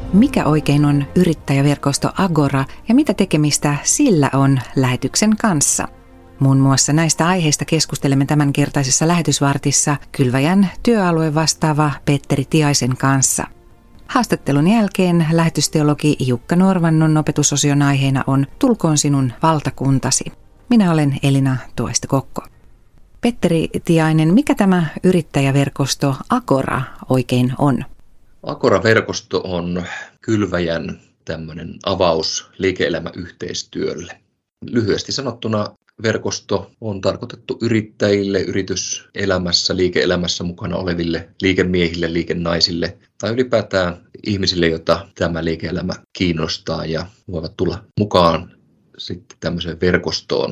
Mikä oikein on yrittäjäverkosto Agora ja mitä tekemistä sillä on lähetyksen kanssa? Muun muassa näistä aiheista keskustelemme tämänkertaisessa lähetysvartissa Kylväjän työalue vastaava Petteri Tiaisen kanssa. Haastattelun jälkeen lähetysteologi Jukka Norvannon opetusosion aiheena on Tulkoon sinun valtakuntasi. Minä olen Elina Tuoista-Kokko. Petteri Tiainen, mikä tämä yrittäjäverkosto Agora oikein on? Agora-verkosto on Kylväjän tämmöinen avaus liike-elämäyhteistyölle. Lyhyesti sanottuna verkosto on tarkoitettu yrittäjille, yrityselämässä, liike-elämässä mukana oleville liikemiehille, liikenaisille tai ylipäätään ihmisille, joita tämä liike-elämä kiinnostaa ja voivat tulla mukaan sitten tämmöiseen verkostoon.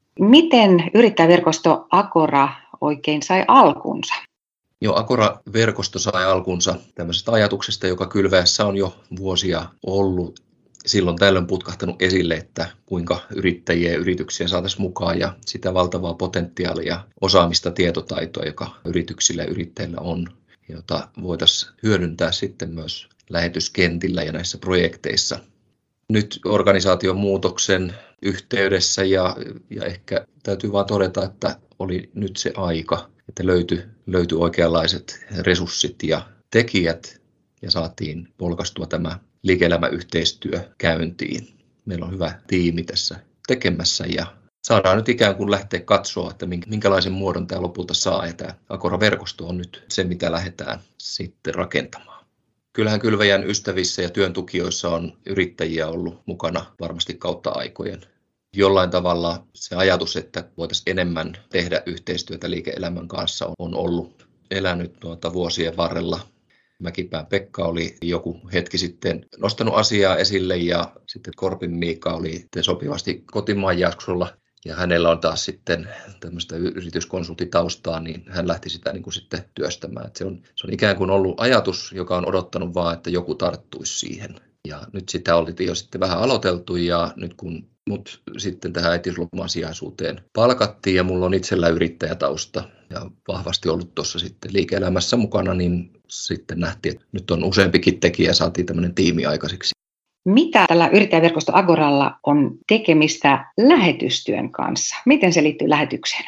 Miten yrittäjäverkosto Agora oikein sai alkunsa? Agora-verkosto sai alkunsa tämmöisestä ajatuksesta, joka Kylväjässä on jo vuosia ollut. Silloin tällöin putkahtanut esille, että kuinka yrittäjiä ja yrityksiä saataisiin mukaan ja sitä valtavaa potentiaalia, osaamista, tietotaitoa, joka yrityksillä ja yrittäjillä on, jota voitaisiin hyödyntää sitten myös lähetyskentillä ja näissä projekteissa. Nyt organisaation muutoksen yhteydessä ja ehkä täytyy vaan todeta, että oli nyt se aika, että löytyi oikeanlaiset resurssit ja tekijät ja saatiin polkaistua tämä liike-elämäyhteistyö käyntiin. Meillä on hyvä tiimi tässä tekemässä ja saadaan nyt ikään kuin lähteä katsoa, että minkälaisen muodon tämä lopulta saa. Ja tämä Agora-verkosto on nyt se, mitä lähdetään sitten rakentamaan. Kyllähän Kylväjän ystävissä ja työntukijoissa on yrittäjiä ollut mukana varmasti kautta aikojen. Jollain tavalla se ajatus, että voitaisiin enemmän tehdä yhteistyötä liike-elämän kanssa on ollut elänyt vuosien varrella. Mäkipään Pekka oli joku hetki sitten nostanut asiaa esille ja sitten Korpin Miika oli sopivasti kotimaan jaksolla ja hänellä on taas sitten tämmöistä yrityskonsulttitaustaa, niin hän lähti sitä niin kuin sitten työstämään. Se on ikään kuin ollut ajatus, joka on odottanut vaan, että joku tarttuisi siihen. Ja nyt sitä oli jo sitten vähän aloiteltu ja nyt kun mut sitten tähän äitiysloman sijaisuuteen palkattiin ja mulla on itsellä yrittäjätausta ja vahvasti ollut tuossa sitten liike-elämässä mukana, niin sitten nähtiin, että nyt on useampikin tekijä ja saatiin tämmöinen tiimi aikaiseksi. Mitä tällä yrittäjäverkosto Agoralla on tekemistä lähetystyön kanssa? Miten se liittyy lähetykseen?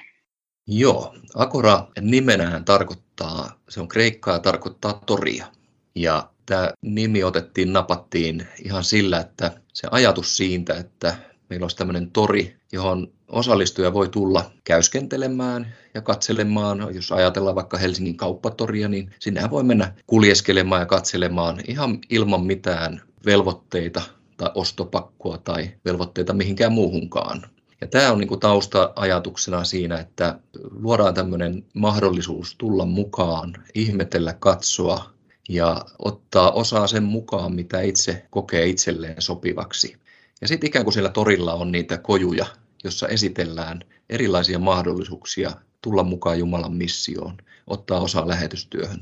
Agora nimenään tarkoittaa, se on kreikkaa ja tarkoittaa toria. Ja tämä nimi napattiin ihan sillä, että se ajatus siitä, että meillä olisi tämmöinen tori, johon osallistuja voi tulla käyskentelemään ja katselemaan. Jos ajatellaan vaikka Helsingin kauppatoria, niin sinnehän voi mennä kuljeskelemaan ja katselemaan ihan ilman mitään velvoitteita tai ostopakkoa tai velvoitteita mihinkään muuhunkaan. Ja tämä on niin kuin tausta-ajatuksena siinä, että luodaan tämmöinen mahdollisuus tulla mukaan, ihmetellä, katsoa ja ottaa osaa sen mukaan, mitä itse kokee itselleen sopivaksi. Ja sitten ikään kuin siellä torilla on niitä kojuja, jossa esitellään erilaisia mahdollisuuksia tulla mukaan Jumalan missioon, ottaa osaa lähetystyöhön.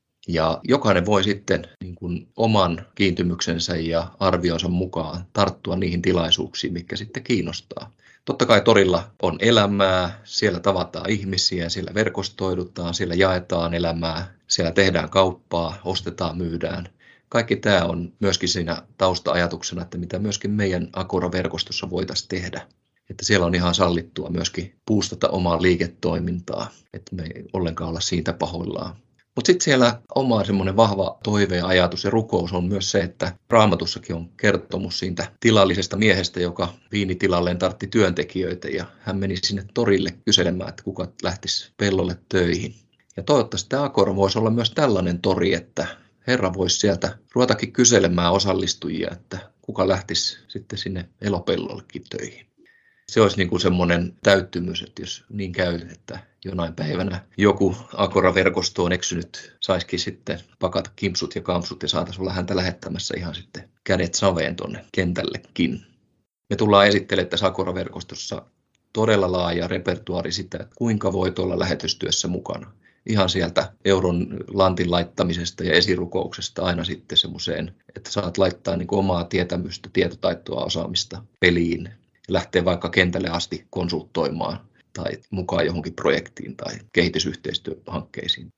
Ja jokainen voi sitten niin kuin oman kiintymyksensä ja arvionsa mukaan tarttua niihin tilaisuuksiin, mitkä sitten kiinnostaa. Totta kai torilla on elämää, siellä tavataan ihmisiä, siellä verkostoidutaan, siellä jaetaan elämää, siellä tehdään kauppaa, ostetaan, myydään. Kaikki tämä on myöskin siinä tausta-ajatuksena, että mitä myöskin meidän Agora-verkostossa voitaisiin tehdä. Että siellä on ihan sallittua myöskin puustata omaa liiketoimintaa, että me ei ollenkaan olla siitä pahoillaan. Mutta sitten siellä oma semmoinen vahva toive ja ajatus ja rukous on myös se, että Raamatussakin on kertomus siitä tilallisesta miehestä, joka viinitilalleen tartti työntekijöitä ja hän meni sinne torille kyselemään, että kuka lähtisi pellolle töihin. Ja toivottavasti tämä Agora voisi olla myös tällainen tori, että Herra voisi sieltä ruvetakin kyselemään osallistujia, että kuka lähtisi sitten sinne elopellollekin töihin. Se olisi niin kuin semmoinen täyttymys, että jos niin käy, että jonain päivänä joku Agora-verkostoon eksynyt saisikin sitten pakata kimpsut ja kampsut ja saataisiin olla häntä lähettämässä ihan sitten kädet saveen tuonne kentällekin. Me tullaan esittelemään tässä Agora-verkostossa todella laaja repertuaari sitä, että kuinka voit olla lähetystyössä mukana. Ihan sieltä euron lantin laittamisesta ja esirukouksesta aina sitten semmoiseen, että saat laittaa niin kuin omaa tietämystä, tietotaitoa, osaamista peliin ja lähteä vaikka kentälle asti konsultoimaan tai mukaan johonkin projektiin tai kehitysyhteistyöhankkeisiin.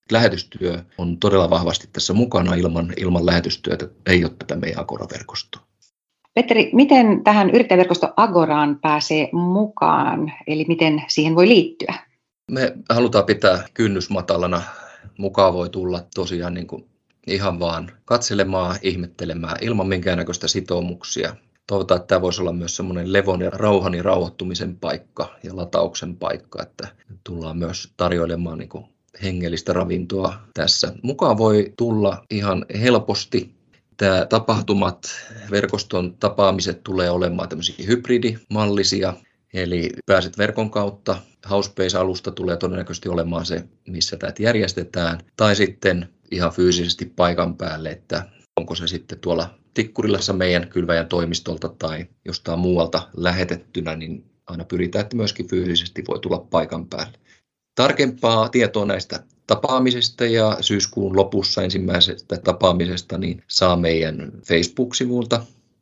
Lähetystyö on todella vahvasti tässä mukana. Ilman lähetystyötä ei ole tätä meidän Agora-verkostoa. Petteri, miten tähän yrittäjäverkosto Agoraan pääsee mukaan, eli miten siihen voi liittyä? Me halutaan pitää kynnys matalana. Mukaan voi tulla tosiaan ihan vaan katselemaan, ihmettelemään ilman minkäännäköistä sitoumuksia. Toivotaan, että tämä voisi olla myös semmoinen levon ja rauhan ja rauhoittumisen paikka ja latauksen paikka, että tullaan myös tarjoilemaan hengellistä ravintoa tässä. Mukaan voi tulla ihan helposti. Tämä tapahtumat, verkoston tapaamiset tulee olemaan tämmöisiä hybridimallisia, eli pääset verkon kautta. Housebase-alusta tulee todennäköisesti olemaan se, missä tämä järjestetään, tai sitten ihan fyysisesti paikan päälle, että onko se sitten tuolla Tikkurilassa meidän kylväjän toimistolta tai jostain muualta lähetettynä, niin aina pyritään, että myöskin fyysisesti voi tulla paikan päälle. Tarkempaa tietoa näistä tapaamisesta ja syyskuun lopussa ensimmäisestä tapaamisesta niin saa meidän Facebook-sivulta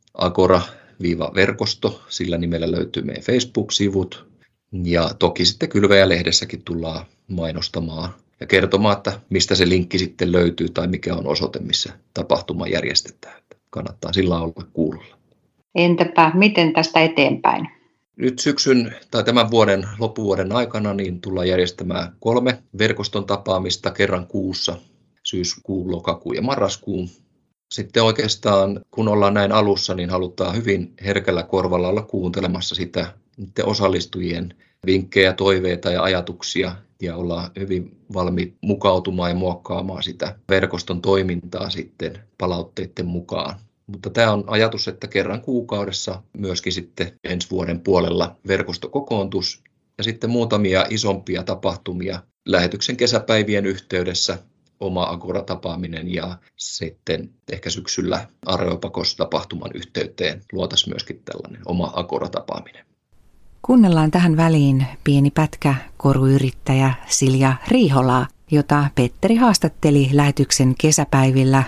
Agora-verkosto, sillä nimellä löytyy meidän Facebook-sivut. Ja toki sitten Kylväjä-lehdessäkin tullaan mainostamaan ja kertomaan, että mistä se linkki sitten löytyy tai mikä on osoite, missä tapahtuma järjestetään. Kannattaa sillä olla kuulolla. Entäpä miten tästä eteenpäin? Nyt syksyn tai tämän loppuvuoden aikana niin tullaan järjestämään 3 verkoston tapaamista kerran kuussa, syyskuu, lokakuu ja marraskuu. Sitten oikeastaan, kun ollaan näin alussa, niin halutaan hyvin herkällä korvalla olla kuuntelemassa sitä niiden osallistujien vinkkejä, toiveita ja ajatuksia ja ollaan hyvin valmiit mukautumaan ja muokkaamaan sitä verkoston toimintaa sitten palautteiden mukaan. Mutta tämä on ajatus, että kerran kuukaudessa myöskin sitten ensi vuoden puolella verkostokokoontus ja sitten muutamia isompia tapahtumia lähetyksen kesäpäivien yhteydessä, oma Agora-tapaaminen ja sitten ehkä syksyllä Areopagos-tapahtuman yhteyteen luotaisiin myöskin tällainen oma Agora-tapaaminen. Kuunnellaan tähän väliin pieni pätkä koruyrittäjä Silja Riiholaa, jota Petteri haastatteli lähetyksen kesäpäivillä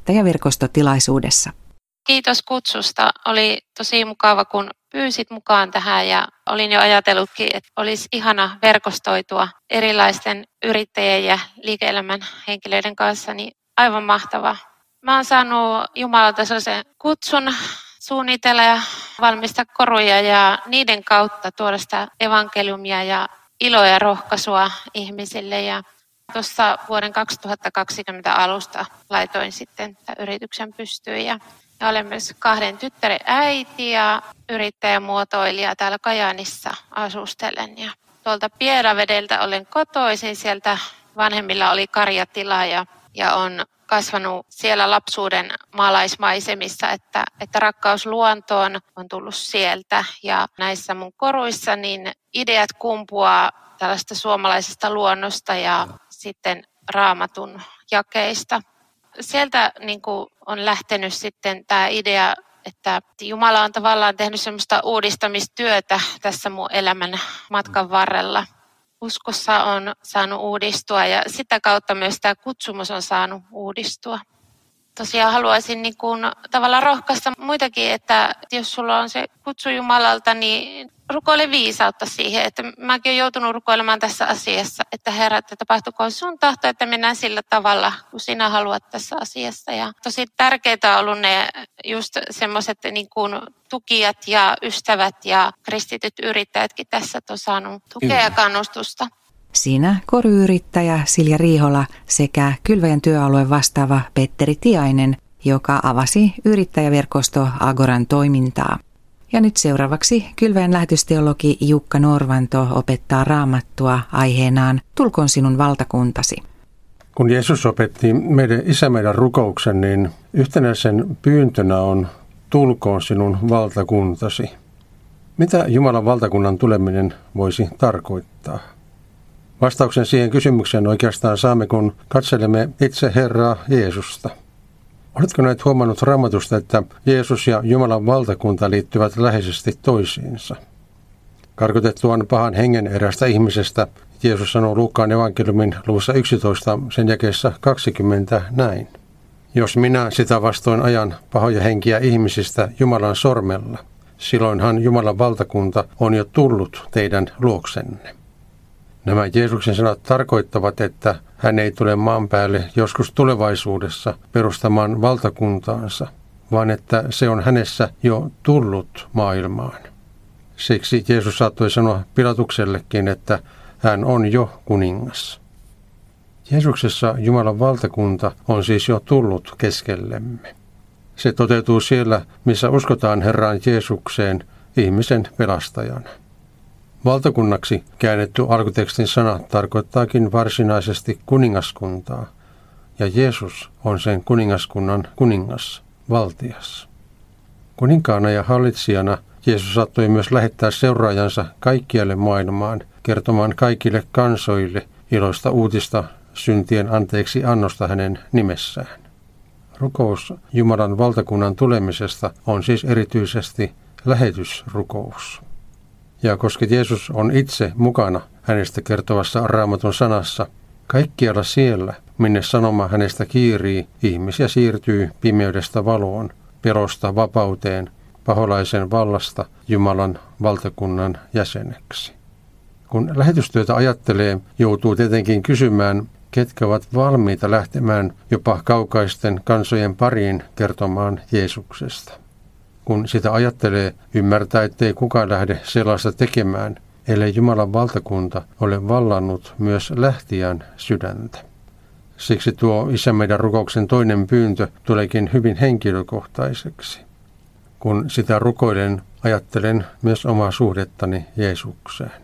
yrittäjäverkostotilaisuudessa. Kiitos kutsusta. Oli tosi mukava, kun pyysit mukaan tähän ja olin jo ajatellutkin, että olisi ihana verkostoitua erilaisten yrittäjien ja liike-elämän henkilöiden kanssa, niin aivan mahtavaa. Mä oon saanut Jumalalta sellaisen kutsun suunnitella ja valmistaa koruja ja niiden kautta tuoda sitä evankeliumia ja iloa ja rohkaisua ihmisille. Ja tuossa vuoden 2020 alusta laitoin sitten tämän yrityksen pystyyn ja olen myös 2 tyttären äiti ja yrittäjämuotoilija täällä Kajaanissa asustelen. Ja tuolta Pieravedeltä olen kotoisin, sieltä vanhemmilla oli karjatila ja on kasvanut siellä lapsuuden maalaismaisemissa, että rakkaus luontoon on tullut sieltä. Ja näissä mun koruissa niin ideat kumpuaa tällaista suomalaisesta luonnosta ja sitten Raamatun jakeista. Sieltä niin kuin on lähtenyt sitten tämä idea, että Jumala on tavallaan tehnyt semmoista uudistamistyötä tässä mun elämän matkan varrella. Uskossa on saanut uudistua ja sitä kautta myös tämä kutsumus on saanut uudistua. Tosiaan haluaisin niin kuin tavallaan rohkaista muitakin, että jos sulla on se kutsu Jumalalta, niin rukoile viisautta siihen. Että mäkin olen joutunut rukoilemaan tässä asiassa, että Herra, että tapahtukoon sun tahto, että mennään sillä tavalla, kun sinä haluat tässä asiassa. Ja tosi tärkeitä on ollut ne just semmoiset niin kuin tukijat ja ystävät ja kristityt yrittäjätkin tässä on saanut tukea ja kannustusta. Siinä koruyrittäjä Silja Riihola sekä Kylväjän työalueen vastaava Petteri Tiainen, joka avasi yrittäjäverkosto Agoran toimintaa. Ja nyt seuraavaksi Kylväjän lähetysteologi Jukka Norvanto opettaa Raamattua aiheenaan Tulkoon sinun valtakuntasi. Kun Jeesus opetti meidän Isä meidän rukouksen, niin yhtenä sen pyyntönä on Tulkoon sinun valtakuntasi. Mitä Jumalan valtakunnan tuleminen voisi tarkoittaa? Vastauksen siihen kysymykseen oikeastaan saamme, kun katselemme itse Herraa Jeesusta. Oletko näet huomannut Raamatusta, että Jeesus ja Jumalan valtakunta liittyvät läheisesti toisiinsa? Karkotettuaan pahan hengen erästä ihmisestä, Jeesus sanoo Luukkaan evankeliumin luvussa 11, sen jakeessa 20 näin. Jos minä sitä vastoin ajan pahoja henkiä ihmisistä Jumalan sormella, silloinhan Jumalan valtakunta on jo tullut teidän luoksenne. Nämä Jeesuksen sanat tarkoittavat, että hän ei tule maan päälle joskus tulevaisuudessa perustamaan valtakuntaansa, vaan että se on hänessä jo tullut maailmaan. Siksi Jeesus saattoi sanoa Pilatuksellekin, että hän on jo kuningas. Jeesuksessa Jumalan valtakunta on siis jo tullut keskellemme. Se toteutuu siellä, missä uskotaan Herraan Jeesukseen ihmisen pelastajana. Valtakunnaksi käännetty alkutekstin sana tarkoittaakin varsinaisesti kuningaskuntaa, ja Jeesus on sen kuningaskunnan kuningas, valtias. Kuninkaana ja hallitsijana Jeesus saattoi myös lähettää seuraajansa kaikkialle maailmaan kertomaan kaikille kansoille iloista uutista syntien anteeksi annosta hänen nimessään. Rukous Jumalan valtakunnan tulemisesta on siis erityisesti lähetysrukous. Ja koska Jeesus on itse mukana hänestä kertovassa Raamatun sanassa, kaikkialla siellä, minne sanoma hänestä kiirii, ihmisiä siirtyy pimeydestä valoon, pelosta vapauteen, paholaisen vallasta Jumalan valtakunnan jäseneksi. Kun lähetystyötä ajattelee, joutuu tietenkin kysymään, ketkä ovat valmiita lähtemään jopa kaukaisten kansojen pariin kertomaan Jeesuksesta. Kun sitä ajattelee, ymmärtää, ettei kukaan lähde sellaista tekemään, ellei Jumalan valtakunta ole vallannut myös lähtijän sydäntä. Siksi tuo Isä meidän rukouksen toinen pyyntö tuleekin hyvin henkilökohtaiseksi. Kun sitä rukoilen, ajattelen myös omaa suhdettani Jeesukseen.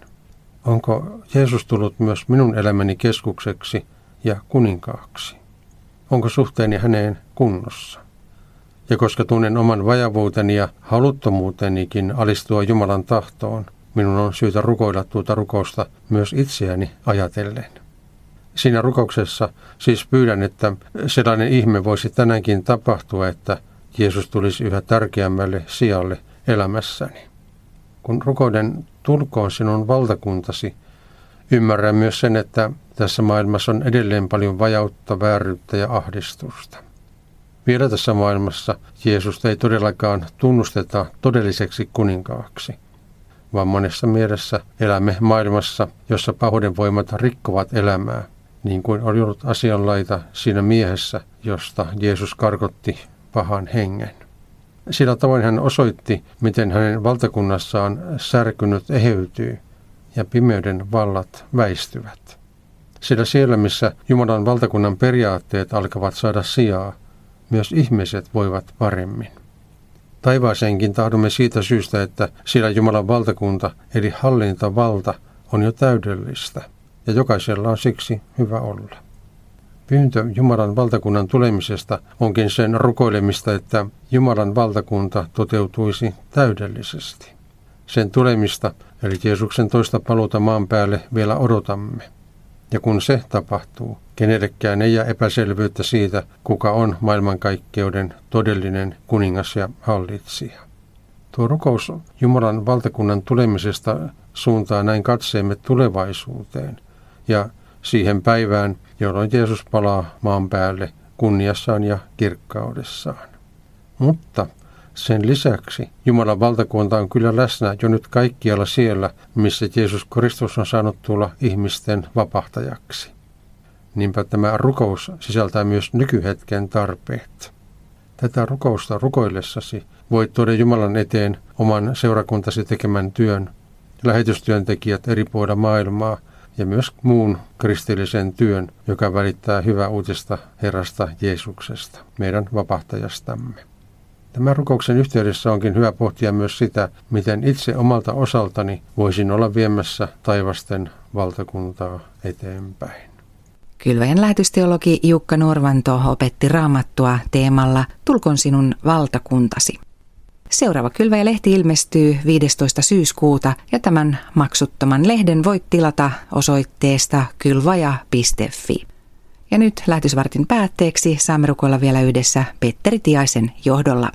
Onko Jeesus tullut myös minun elämäni keskukseksi ja kuninkaaksi? Onko suhteeni häneen kunnossa? Ja koska tunnen oman vajavuuteni ja haluttomuutenikin alistua Jumalan tahtoon, minun on syytä rukoilla tuota rukousta myös itseäni ajatellen. Siinä rukouksessa siis pyydän, että sellainen ihme voisi tänäänkin tapahtua, että Jeesus tulisi yhä tärkeämmälle sijalle elämässäni. Kun rukoiden tulkoon sinun valtakuntasi, ymmärrän myös sen, että tässä maailmassa on edelleen paljon vajautta, vääryyttä ja ahdistusta. Vielä tässä maailmassa Jeesusta ei todellakaan tunnusteta todelliseksi kuninkaaksi, vaan monessa mielessä elämme maailmassa, jossa pahuuden voimat rikkovat elämää, niin kuin oli ollut asianlaita siinä miehessä, josta Jeesus karkotti pahan hengen. Sillä tavoin hän osoitti, miten hänen valtakunnassaan särkynyt eheytyy ja pimeyden vallat väistyvät. Sillä siellä, missä Jumalan valtakunnan periaatteet alkavat saada sijaa, myös ihmiset voivat paremmin. Taivaaseenkin tahdomme siitä syystä, että siellä Jumalan valtakunta eli hallintavalta on jo täydellistä ja jokaisella on siksi hyvä olla. Pyyntö Jumalan valtakunnan tulemisesta onkin sen rukoilemista, että Jumalan valtakunta toteutuisi täydellisesti. Sen tulemista, eli Jeesuksen toista paluuta maan päälle, vielä odotamme. Ja kun se tapahtuu, kenellekään ei jää epäselvyyttä siitä, kuka on maailmankaikkeuden todellinen kuningas ja hallitsija. Tuo rukous Jumalan valtakunnan tulemisesta suuntaa näin katseemme tulevaisuuteen ja siihen päivään, jolloin Jeesus palaa maan päälle kunniassaan ja kirkkaudessaan. Mutta sen lisäksi Jumalan valtakunta on kyllä läsnä jo nyt kaikkialla siellä, missä Jeesus Kristus on saanut tulla ihmisten vapahtajaksi. Niinpä tämä rukous sisältää myös nykyhetken tarpeet. Tätä rukousta rukoillessasi voit tuoda Jumalan eteen oman seurakuntasi tekemän työn, lähetystyöntekijät eri puolilla maailmaa ja myös muun kristillisen työn, joka välittää hyvää uutista Herrasta Jeesuksesta, meidän vapahtajastamme. Tämän rukouksen yhteydessä onkin hyvä pohtia myös sitä, miten itse omalta osaltani voisin olla viemässä taivasten valtakuntaa eteenpäin. Kylväjän lähetysteologi Jukka Norvanto opetti Raamattua teemalla Tulkoon sinun valtakuntasi. Seuraava Kylväjä-lehti ilmestyy 15. syyskuuta ja tämän maksuttoman lehden voit tilata osoitteesta kylvaja.fi. Ja nyt lähetysvartin päätteeksi saamme rukoilla vielä yhdessä Petteri Tiaisen johdolla.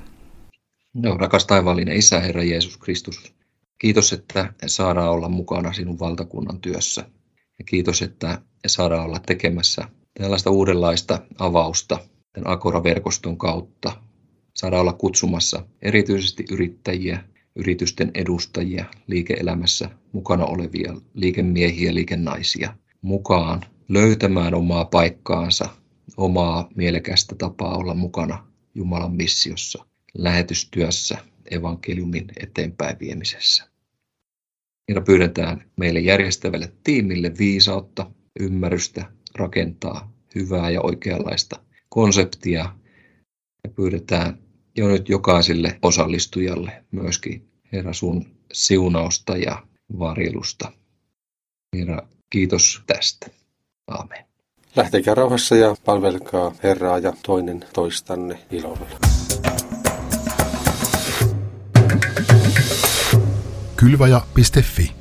No, rakas taivaallinen Isä, Herra Jeesus Kristus, kiitos, että saadaan olla mukana sinun valtakunnan työssä. Ja kiitos, että saadaan olla tekemässä tällaista uudenlaista avausta tämän Agora-verkoston kautta. Saadaan olla kutsumassa erityisesti yrittäjiä, yritysten edustajia, liike-elämässä mukana olevia liikemiehiä, liikennaisia mukaan löytämään omaa paikkaansa, omaa mielekästä tapaa olla mukana Jumalan missiossa, lähetystyössä, evankeliumin eteenpäin viemisessä. Herra, pyydetään meille järjestävälle tiimille viisautta, ymmärrystä, rakentaa hyvää ja oikeanlaista konseptia. Ja pyydetään jo nyt jokaiselle osallistujalle myöskin, Herra, sun siunausta ja varjelusta. Herra, kiitos tästä. Aamen. Lähtekää rauhassa ja palvelkaa Herraa ja toinen toistanne ilolla. Kylvaja.fi